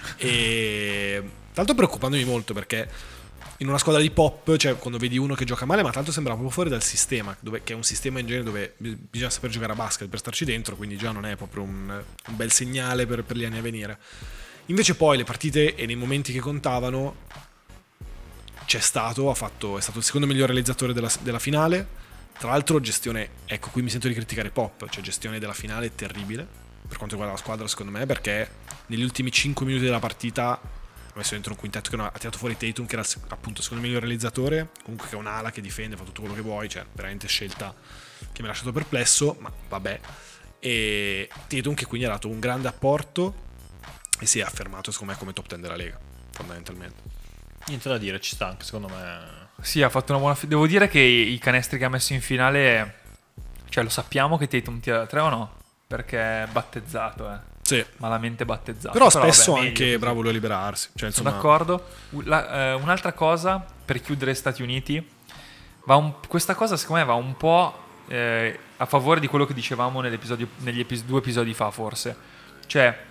e tanto preoccupandomi molto perché in una squadra di pop, cioè quando vedi uno che gioca male, ma tanto sembra proprio fuori dal sistema, che è un sistema in genere dove bisogna saper giocare a basket per starci dentro, quindi già non è proprio un bel segnale per gli anni a venire. Invece poi le partite e nei momenti che contavano è stato il secondo miglior realizzatore della finale. Tra l'altro gestione, ecco qui mi sento di criticare Pop, cioè gestione della finale terribile per quanto riguarda la squadra secondo me, perché negli ultimi 5 minuti della partita ha messo dentro un quintetto che ha tirato fuori Tatum, che era appunto il secondo miglior realizzatore, comunque che è un'ala che difende, fa tutto quello che vuoi, cioè veramente scelta che mi ha lasciato perplesso, ma vabbè. E Tatum che quindi ha dato un grande apporto e si è affermato secondo me come top 10 della Lega, fondamentalmente. Niente da dire, ci sta anche secondo me. Sì, ha fatto una buona devo dire che i canestri che ha messo in finale, cioè lo sappiamo che Tatum tira da 3 o no? Perché è battezzato, Sì. Malamente battezzato. Però spesso vabbè, anche bravo lui a liberarsi. Cioè, Sono insomma, d'accordo. Un'altra cosa per chiudere Stati Uniti, questa cosa secondo me va un po' a favore di quello che dicevamo negli 2 episodi fa forse. Cioè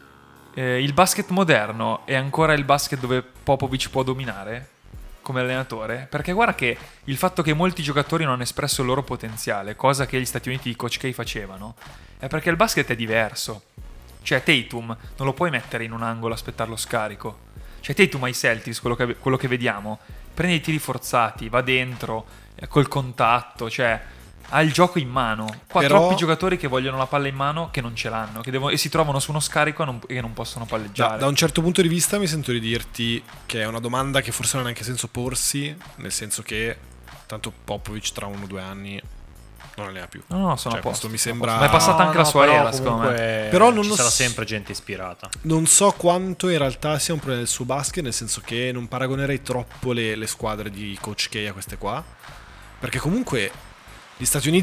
il basket moderno è ancora il basket dove Popovich può dominare come allenatore, perché guarda che il fatto che molti giocatori non hanno espresso il loro potenziale, cosa che gli Stati Uniti di Coach K facevano, è perché il basket è diverso. Cioè Tatum non lo puoi mettere in un angolo e aspettare lo scarico. Cioè Tatum ai Celtics, quello che vediamo, prende i tiri forzati, va dentro col contatto, cioè ha il gioco in mano. Qua Però troppi giocatori che vogliono la palla in mano che non ce l'hanno, e si trovano su uno scarico e che non possono palleggiare. da un certo punto di vista mi sento di dirti che è una domanda che forse non ha neanche senso porsi, nel senso che tanto Popovich tra 1 o 2 anni non allena più. No, sono Cioè, a posto. questo mi sembra. Ma è passata anche la sua però era, secondo me. Però non ci lo sarà s- sempre gente ispirata. Non so quanto in realtà sia un problema del suo basket, nel senso che non paragonerei troppo le squadre di Coach K a queste qua, perché comunque gli Stati Uniti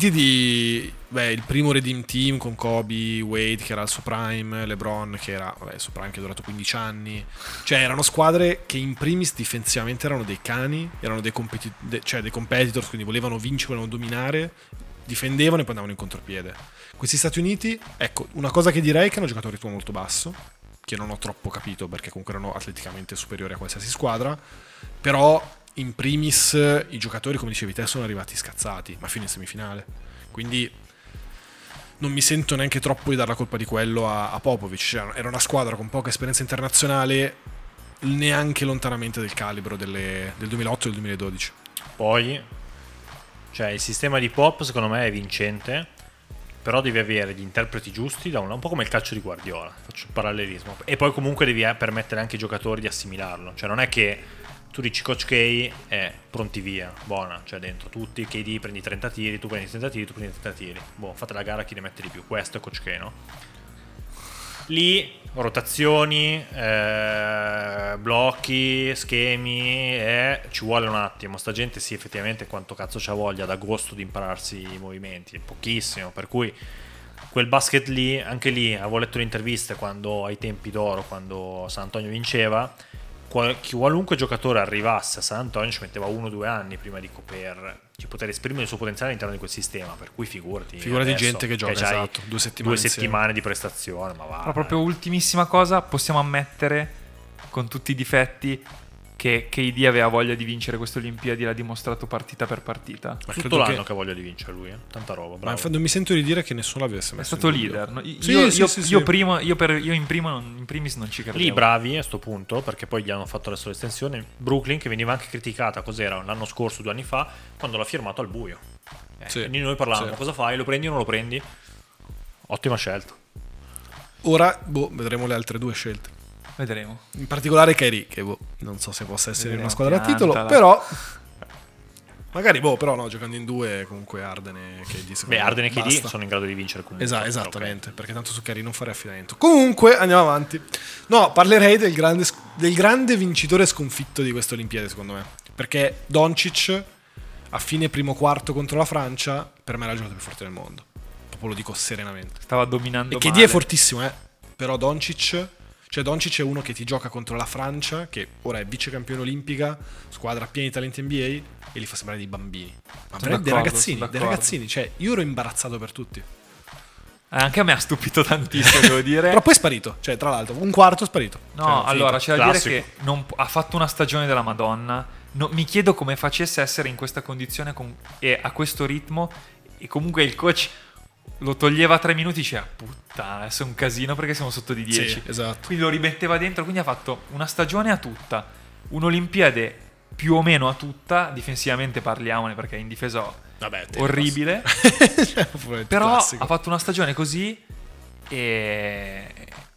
il primo Redeem Team con Kobe, Wade che era al suo prime, LeBron che era il suo prime che è durato 15 anni, cioè erano squadre che in primis difensivamente erano dei cani, erano dei competitors, quindi volevano vincere, volevano dominare, difendevano e poi andavano in contropiede. Questi Stati Uniti, ecco, una cosa che direi è che hanno giocato a ritmo molto basso, che non ho troppo capito perché comunque erano atleticamente superiori a qualsiasi squadra, però in primis i giocatori, come dicevi te, sono arrivati scazzati, ma fino in semifinale, quindi non mi sento neanche troppo di dare la colpa di quello a Popovich. Cioè, era una squadra con poca esperienza internazionale, neanche lontanamente del calibro del 2008 e del 2012. Poi, cioè, il sistema di Pop secondo me è vincente, però devi avere gli interpreti giusti, un po' come il calcio di Guardiola, faccio un parallelismo, e poi comunque devi permettere anche ai giocatori di assimilarlo. Cioè non è che tu dici Coach K pronti via, buona, cioè dentro tutti, KD prendi 30 tiri, tu prendi 30 tiri, tu prendi 30 tiri, fate la gara chi ne mette di più, questo è Coach K, no? Lì rotazioni, blocchi, schemi, ci vuole un attimo. Sta gente sì, effettivamente quanto cazzo c'ha voglia ad agosto di impararsi i movimenti, pochissimo, per cui quel basket lì, anche lì avevo letto le interviste quando ai tempi d'oro, quando San Antonio vinceva, qualunque giocatore arrivasse a San Antonio ci metteva 1 o 2 anni prima di poter esprimere il suo potenziale all'interno di quel sistema, per cui figurati adesso, gente che gioca, esatto, 2 settimane di prestazione, ma va. Però proprio ultimissima cosa, possiamo ammettere con tutti i difetti che KD aveva voglia di vincere queste Olimpiadi, l'ha dimostrato partita per partita. Ma tutto l'anno che ha voglia di vincere lui, tanta roba, bravo. Ma non mi sento di dire che nessuno l'avesse messo. È stato in dubbio. leader, no? Sì. Io in primis non ci credevo. Lì bravi a sto punto, perché poi gli hanno fatto adesso l'estensione. Brooklyn, che veniva anche criticata, cos'era, l'anno scorso, 2 anni fa, quando l'ha firmato al buio. Quindi noi parlavamo, cosa fai? Lo prendi o non lo prendi? Ottima scelta. Ora vedremo le altre 2 scelte. Vedremo. In particolare Kyrie, che non so se possa essere Vedremo, una squadra a titolo, piantala. però Magari, però no, giocando in due comunque Harden e KD secondo me Arden e KD basta. sono in grado di vincere comunque. Esattamente, perché tanto su Curry non fare affidamento. Comunque, andiamo avanti. No, parlerei del grande vincitore sconfitto di queste Olimpiadi, secondo me. Perché Doncic, a fine primo quarto contro la Francia, per me era il giocatore più forte del mondo. Proprio lo dico serenamente. Stava dominando E KD male. è fortissimo, però Doncic è uno che ti gioca contro la Francia, che ora è vice campione olimpica, squadra piena di talenti NBA, e li fa sembrare dei bambini. Ma Sono dei d'accordo, ragazzini, sono dei d'accordo. ragazzini. Cioè, io ero imbarazzato per tutti. Anche a me ha stupito tantissimo, devo dire. Però poi è sparito, cioè tra l'altro, un quarto è sparito. No, Cioè, allora finito. c'è da dire Classico. che ha fatto una stagione della Madonna. Mi chiedo come facesse a essere in questa condizione e a questo ritmo. E comunque il coach lo toglieva a 3 minuti e diceva: puttana, adesso è un casino perché siamo sotto di 10. Sì, esatto. Quindi lo rimetteva dentro. Quindi ha fatto una stagione a tutta, un'Olimpiade più o meno a tutta. Difensivamente parliamone, perché in difesa Vabbè, orribile. Però Però ha fatto una stagione così e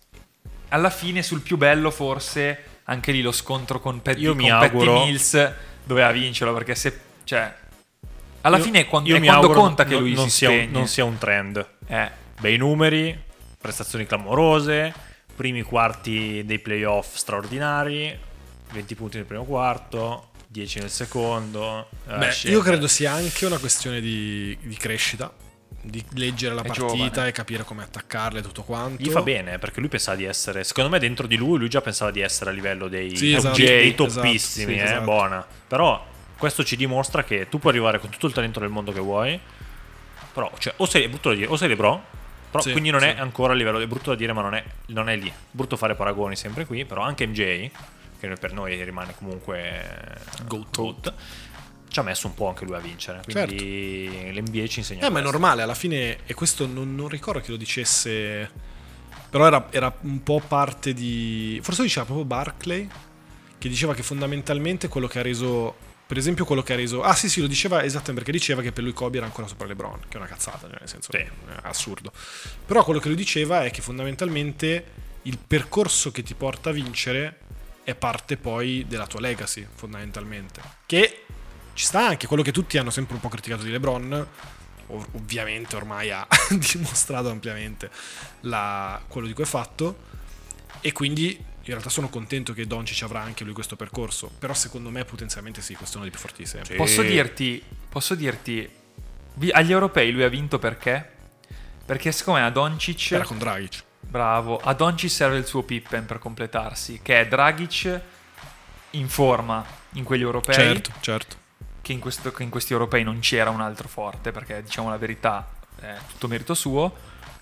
alla fine sul più bello forse anche lì lo scontro con Patty, Io mi con Patty auguro- Mills doveva vincerlo, perché se cioè alla fine io mi quando auguro conta che non- lui non si sia spegne. non sia un trend. Eh, Bei numeri, prestazioni clamorose, primi quarti dei playoff straordinari, 20 punti nel primo quarto, 10 nel secondo. Io credo sia anche una questione di crescita, di leggere la È partita giovane. e capire come attaccarle e tutto quanto. Gli fa bene, perché lui pensava di essere, secondo me dentro di lui già pensava di essere a livello dei, Sì, esatto, dei esatto, toppissimi, sì, esatto. buona. Però questo ci dimostra che tu puoi arrivare con tutto il talento del mondo che vuoi, però cioè, o sei LeBron, però Sì, quindi non sì. è ancora a livello, è brutto da dire ma non è lì, brutto fare paragoni sempre qui, però anche MJ, che per noi rimane comunque GOAT, ci ha messo un po' anche lui a vincere, quindi l'NBA ci insegna Ma è questo. normale, alla fine, e questo non ricordo che lo dicesse, però era un po' parte di... Forse lo diceva proprio Barclay, che diceva che fondamentalmente quello che ha reso... Per esempio quello che ha reso... Ah sì, lo diceva esattamente perché diceva che per lui Kobe era ancora sopra LeBron, che è una cazzata, cioè, nel senso, Sì. è assurdo. Però quello che lui diceva è che fondamentalmente il percorso che ti porta a vincere è parte poi della tua legacy, fondamentalmente. Che ci sta anche quello che tutti hanno sempre un po' criticato di LeBron, ovviamente ormai ha dimostrato ampiamente quello di cui è fatto, e quindi in realtà sono contento che Doncic avrà anche lui questo percorso, però secondo me potenzialmente sì, questo è uno dei più forti di sempre. Sì. Posso dirti agli europei lui ha vinto perché? Perché secondo me a Doncic Era con Dragic. bravo, a Doncic serve il suo Pippen per completarsi, che è Dragic in forma in quegli europei, Certo. che in questi europei non c'era un altro forte, perché diciamo la verità è tutto merito suo.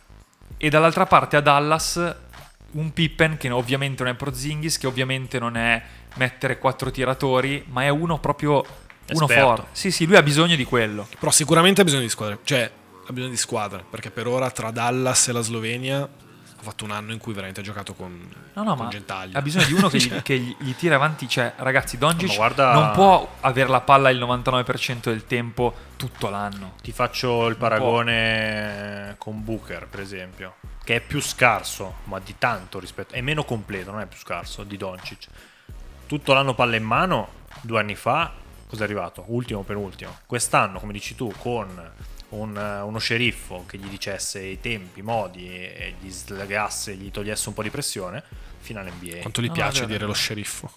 E dall'altra parte a Dallas un Pippen che ovviamente non è Porzingis, che ovviamente non è mettere 4 tiratori, ma è uno proprio uno Esperto. forte. Sì, lui ha bisogno di quello. Però sicuramente ha bisogno di squadre, cioè ha bisogno di squadre, perché per ora tra Dallas e la Slovenia ha fatto un anno in cui veramente ha giocato con Ma Gentaglia. ha bisogno di uno che gli tira avanti. Cioè, ragazzi, Doncic Ma guarda- non può avere la palla il 99% del tempo tutto l'anno. Ti faccio il paragone con Booker, per esempio, che è più scarso, ma di tanto rispetto, è meno completo, non è più scarso di Doncic. Tutto l'anno palla in mano, 2 anni fa, cosa è arrivato? Ultimo, penultimo. Quest'anno, come dici tu, con uno sceriffo che gli dicesse i tempi, i modi e gli slagasse, gli togliesse un po' di pressione, finale NBA. Quanto gli No, piace è vero. dire lo sceriffo.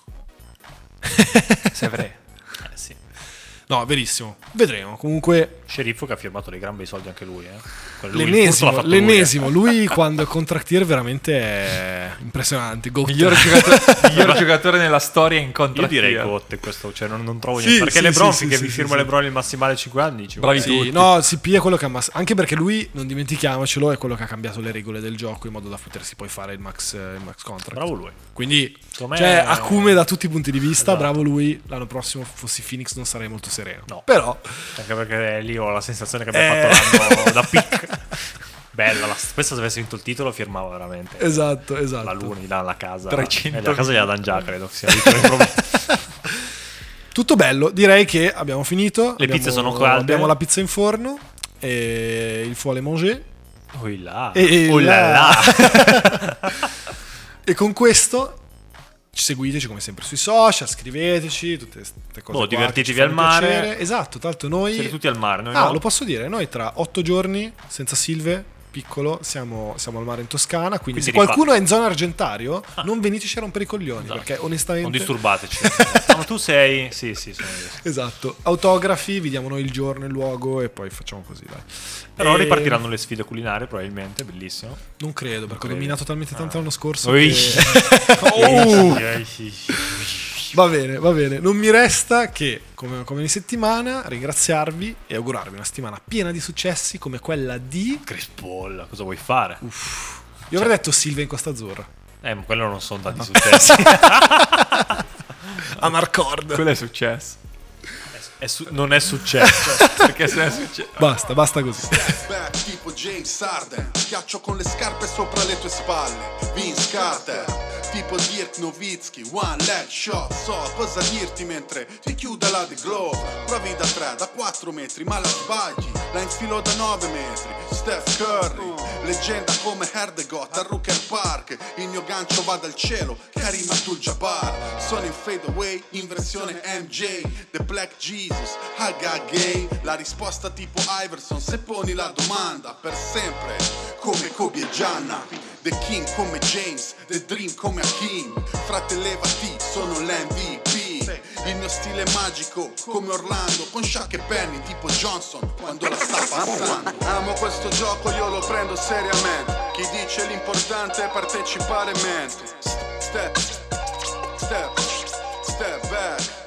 Se avrei. Sì. No, verissimo. Vedremo. Comunque Sceriffo che ha firmato dei gran bei soldi anche lui, Quello lui, il furto l'ha fatto l'ennesimo. lui, Lui quando è contractiere veramente è impressionante. Goat. Miglior giocatore nella storia in Io contrattiere. direi GOAT questo, cioè non trovo Sì, niente. Perché sì, LeBron, sì, finché sì, vi sì, firma sì. LeBron il massimale 5 anni, ci Bravi vuole. tutti. No, CP è quello che ha anche perché lui, non dimentichiamocelo, è quello che ha cambiato le regole del gioco in modo da potersi poi fare il max contract. Bravo lui. Quindi Secondo me- cioè, acume da tutti i punti di vista. Esatto. Bravo lui. L'anno prossimo fossi Phoenix non sarei molto sereno. No. Però Anche perché lì ho la sensazione che abbia fatto l'anno da pick. Bella, questa se avesse vinto il titolo firmava veramente. esatto. La luna gli dà la casa. 300.000. La casa gliela dan già, credo che sia l'ultimo problema. tutto bello. Direi che abbiamo finito. Le pizze sono calde. Abbiamo la pizza in forno e il foie à manger. Oh là. E Oh là là. E con questo seguiteci come sempre sui social, scriveteci, tutte queste cose. Divertitevi che ci al fanno mare. piacere. Esatto, tanto noi... Siete tutti al mare, noi Ah, no? lo posso dire, noi tra 8 giorni, senza Silve, piccolo, siamo al mare in Toscana, quindi se Quindi qualcuno è in zona Argentario, non veniteci a rompere i coglioni, Esatto. perché onestamente... Non disturbateci. Ma tu sei... Sì, sono io. Esatto, autografi, vi diamo noi il giorno e il luogo e poi facciamo così, dai. Però E- ripartiranno le sfide culinarie, probabilmente, bellissimo. Non credo, perché ho credi? dominato talmente tanto l'anno scorso Ui. che... Oh! Sì. Va bene, non mi resta che, come ogni settimana, ringraziarvi e augurarvi una settimana piena di successi come quella di... Chris Paul, cosa vuoi fare? Io avrei detto Silvia in Costa Azzurra. Ma quello non sono tanti successi. A Marcord. Quello è successo. Non è successo. Perché se è successo... Basta così. Back tipo James Harden, schiaccio con le scarpe sopra le tue spalle. Vince Carter, tipo Dirk Nowitzki, one leg shot. So cosa dirti mentre ti chiude la The Glove. Provi da 3, da 4 metri, ma la sbagli. La infilo da 9 metri. Steph Curry, leggenda come Herdegot a Rooker Park. Il mio gancio va dal cielo, Karim Abdul-Jabbar. Sono in fade away, in versione MJ. The Black Jesus, Haga Game. La risposta tipo Iverson, se poni la domanda. Per sempre, come Kobe e Gianna. The King come James, The Dream come Hakim. Frate levati, sono l'MVP. Il mio stile è magico come Orlando, con Shaq e Penny tipo Johnson quando la sta passando. Amo questo gioco, io lo prendo seriamente. Chi dice l'importante è partecipare mente. Step back.